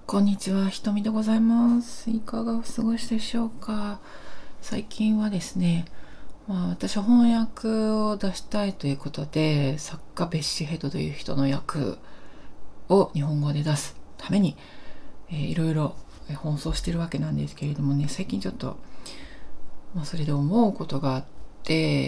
こんにちは、ひとみでございます。いかがお過ごしでしょうか。最近はですね、私は翻訳を出したいということで、作家ベッシーヘッドという人の役を日本語で出すために、いろいろ奔走してるわけなんですけれどもね、最近ちょっと、それで思うことがあって、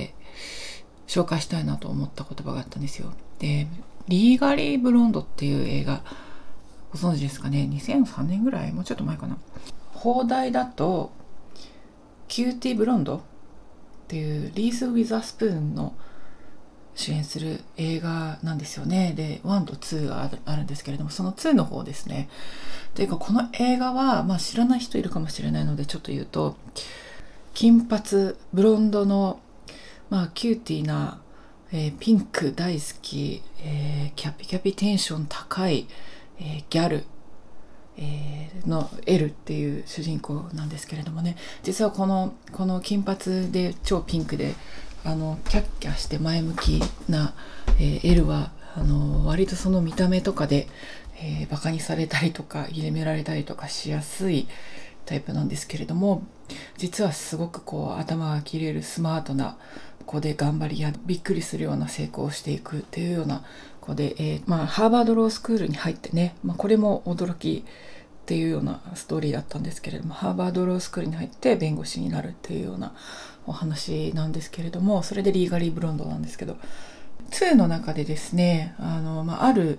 紹介したいなと思った言葉があったんですよ。で、リーガリー・ブロンドっていう映画、ご存知ですかね。2003年ぐらい、もうちょっと前かな。邦題だとキューティーブロンドっていうリース・ウィザースプーンの主演する映画なんですよね。で、1と2があるんですけれども、その2の方ですね。というか、この映画は、知らない人いるかもしれないのでちょっと言うと、金髪ブロンドの、キューティーな、ピンク大好き、キャピキャピテンション高い、ギャルのエルっていう主人公なんですけれどもね、実はこの金髪で超ピンクでキャッキャして前向きな、エルは割とその見た目とかで、バカにされたりとかいじめられたりとかしやすいタイプなんですけれども、実はすごく頭が切れるスマートな子で、頑張りやびっくりするような成功をしていくっていうような子で、ハーバードロースクールに入ってね、これも驚きっていうようなストーリーだったんですけれども、ハーバードロースクールに入って弁護士になるっていうようなお話なんですけれども、それでリーガリーブロンドなんですけど、2の中でですね、ある、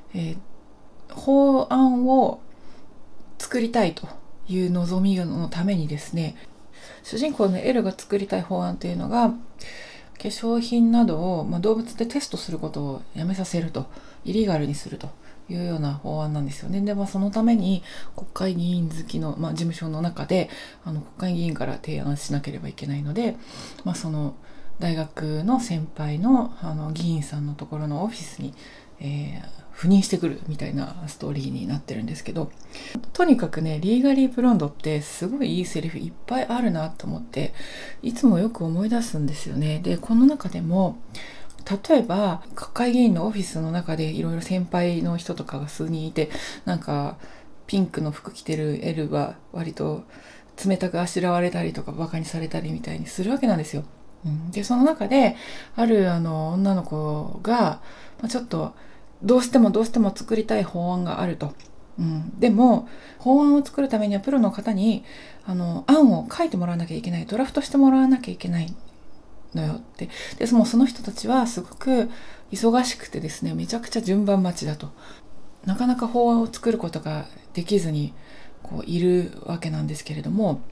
法案を作りたいという望みのためにですね、主人公のエルが作りたい法案というのが、化粧品などを、動物でテストすることをやめさせると、イリーガルにするというような法案なんですよね。で、そのために国会議員好きの、事務所の中で国会議員から提案しなければいけないので、その大学の先輩の議員さんのところのオフィスに、赴任してくるみたいなストーリーになってるんですけど、とにかくね、リーガリーブロンドってすごいいいセリフいっぱいあるなと思って、いつもよく思い出すんですよね。で、この中でも例えば国会議員のオフィスの中でいろいろ先輩の人とかが数人いて、なんかピンクの服着てるエルは割と冷たくあしらわれたりとかバカにされたりみたいにするわけなんですよ。で、その中である女の子が、ちょっとどうしても作りたい法案があると。でも法案を作るためにはプロの方に案を書いてもらわなきゃいけない、ドラフトしてもらわなきゃいけないのよって。でもその人たちはすごく忙しくてですね、めちゃくちゃ順番待ちだと、なかなか法案を作ることができずにいるわけなんですけれども、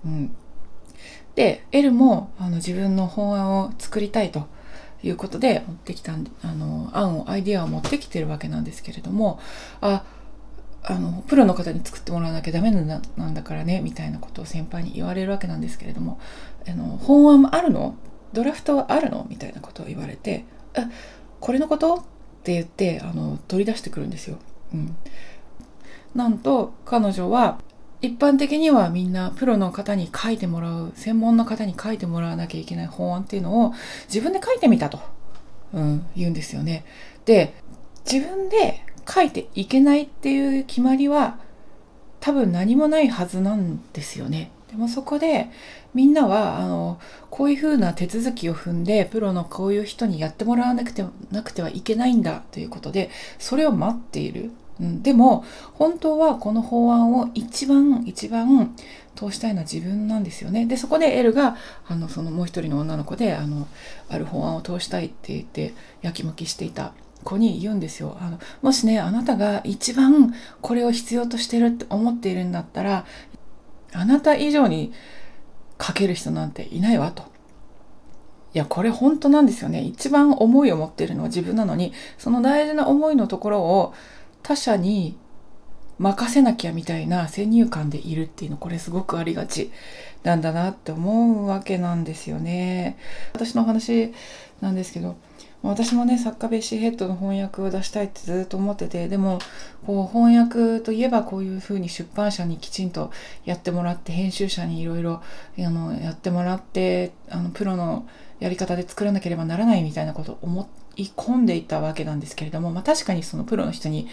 でエルも自分の法案を作りたいということで持ってきたアイデアを持ってきてるわけなんですけれども、プロの方に作ってもらわなきゃダメなんだからねみたいなことを先輩に言われるわけなんですけれども、法案あるの？ドラフトはあるの？みたいなことを言われて、これのこと？って言って取り出してくるんですよ。なんと彼女は一般的にはみんなプロの方に書いてもらう、専門の方に書いてもらわなきゃいけない法案っていうのを自分で書いてみたと、言うんですよね。で、自分で書いていけないっていう決まりは多分何もないはずなんですよね。でもそこでみんなはこういう風な手続きを踏んでプロのこういう人にやってもらわなくてはいけないんだということで、それを待っている。でも本当はこの法案を一番通したいのは自分なんですよね。でそこでエルがそのもう一人の女の子である法案を通したいって言ってやきもきしていた子に言うんですよ。もしね、あなたが一番これを必要としてるって思っているんだったら、あなた以上に書ける人なんていないわと。いや、これ本当なんですよね。一番思いを持っているのは自分なのに、その大事な思いのところを他者に任せなきゃみたいな先入観でいるっていうの、これすごくありがちなんだなって思うわけなんですよね。私の話なんですけど、私もね、作家ベッシーヘッドの翻訳を出したいってずっと思ってて、でも翻訳といえばこういうふうに出版社にきちんとやってもらって、編集者にいろいろやってもらって、プロのやり方で作らなければならないみたいなことを思い込んでいたわけなんですけれども、確かにそのプロの人に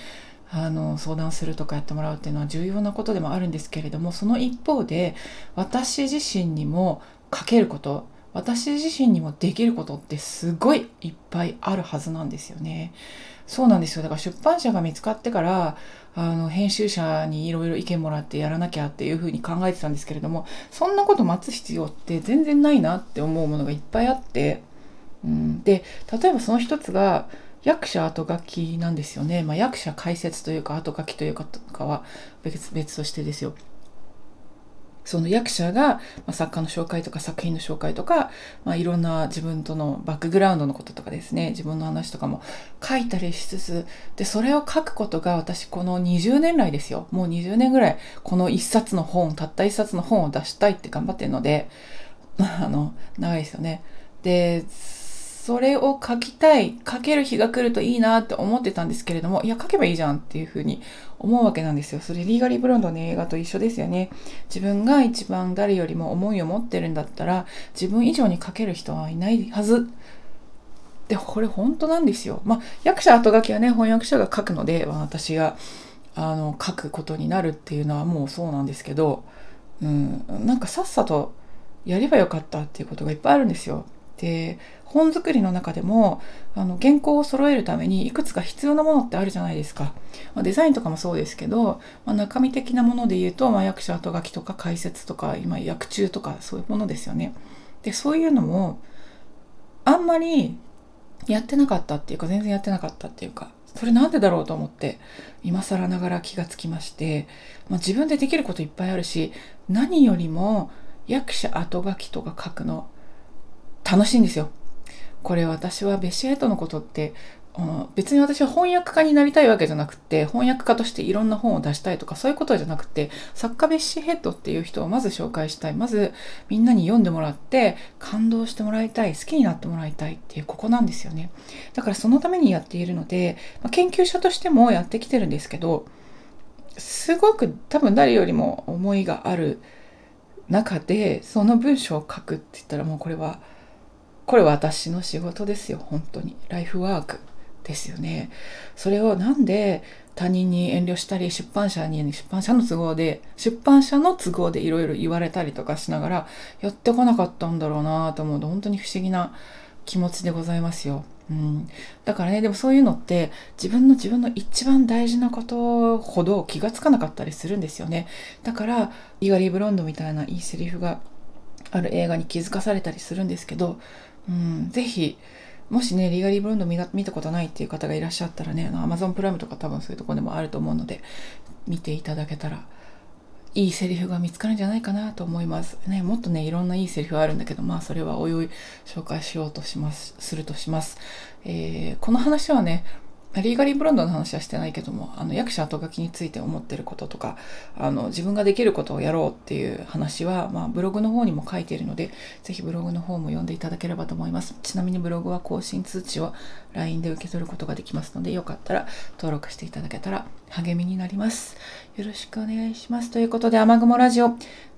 相談するとかやってもらうっていうのは重要なことでもあるんですけれども、その一方で私自身にも書けること、私自身にもできることってすごいいっぱいあるはずなんですよね。そうなんですよ。だから出版社が見つかってから編集者にいろいろ意見もらってやらなきゃっていうふうに考えてたんですけれども、そんなこと待つ必要って全然ないなって思うものがいっぱいあって、で例えばその一つが役者後書きなんですよね。役者解説というか後書きというかは別としてですよ。その役者が、作家の紹介とか作品の紹介とか、いろんな自分とのバックグラウンドのこととかですね、自分の話とかも書いたりしつつ、でそれを書くことが私この20年来ですよ、もう20年ぐらいこのたった一冊の本を出したいって頑張ってるので、長いですよね。でそれを書きたい、書ける日が来るといいなって思ってたんですけれども、いや書けばいいじゃんっていうふうに思うわけなんですよ。それリーガリーブロンドの映画と一緒ですよね。自分が一番誰よりも思いを持ってるんだったら、自分以上に書ける人はいないはず。でこれ本当なんですよ。役者後書きはね、翻訳者が書くので、私が書くことになるっていうのはもうそうなんですけど、なんかさっさとやればよかったっていうことがいっぱいあるんですよ。で本作りの中でも原稿を揃えるためにいくつか必要なものってあるじゃないですか。デザインとかもそうですけど、中身的なもので言うと、役者後書きとか解説とか今役中とかそういうものですよね。でそういうのもあんまりやってなかったっていうか、全然やってなかったっていうか、それなんでだろうと思って今更ながら気がつきまして、自分でできることいっぱいあるし、何よりも役者後書きとか書くの楽しいんですよ。これ私はベッシュヘッドのことって、別に私は翻訳家になりたいわけじゃなくて、翻訳家としていろんな本を出したいとかそういうことじゃなくて、作家ベッシュヘッドっていう人をまず紹介したい、まずみんなに読んでもらって感動してもらいたい、好きになってもらいたいっていうここなんですよね。だからそのためにやっているので、研究者としてもやってきてるんですけど、すごく多分誰よりも思いがある中でその文章を書くって言ったら、もうこれは私の仕事ですよ。本当にライフワークですよね。それをなんで他人に遠慮したり、出版社の都合でいろいろ言われたりとかしながらやってこなかったんだろうなと思うと、本当に不思議な気持ちでございますよ。だからね、でもそういうのって自分の一番大事なことほど気がつかなかったりするんですよね。だからリガリー・ブロンドみたいないいセリフがある映画に気づかされたりするんですけど、ぜひもしねリガリー・ブロンド見たことないっていう方がいらっしゃったらね、Amazon プライムとか多分そういうところでもあると思うので見ていただけたらいいセリフが見つかるんじゃないかなと思いますね。もっとねいろんないいセリフがあるんだけど、それはおいおい紹介するとします。この話はねリーガリーブロンドの話はしてないけども、役者後書きについて思ってることとか、自分ができることをやろうっていう話は、ブログの方にも書いているので、ぜひブログの方も読んでいただければと思います。ちなみにブログは更新通知を LINE で受け取ることができますので、よかったら登録していただけたら励みになります。よろしくお願いします。ということで、雨雲ラジオ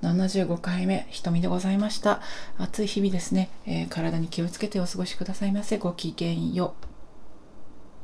75回目、ひとみでございました。暑い日々ですね。体に気をつけてお過ごしくださいませ。ごきげんよう。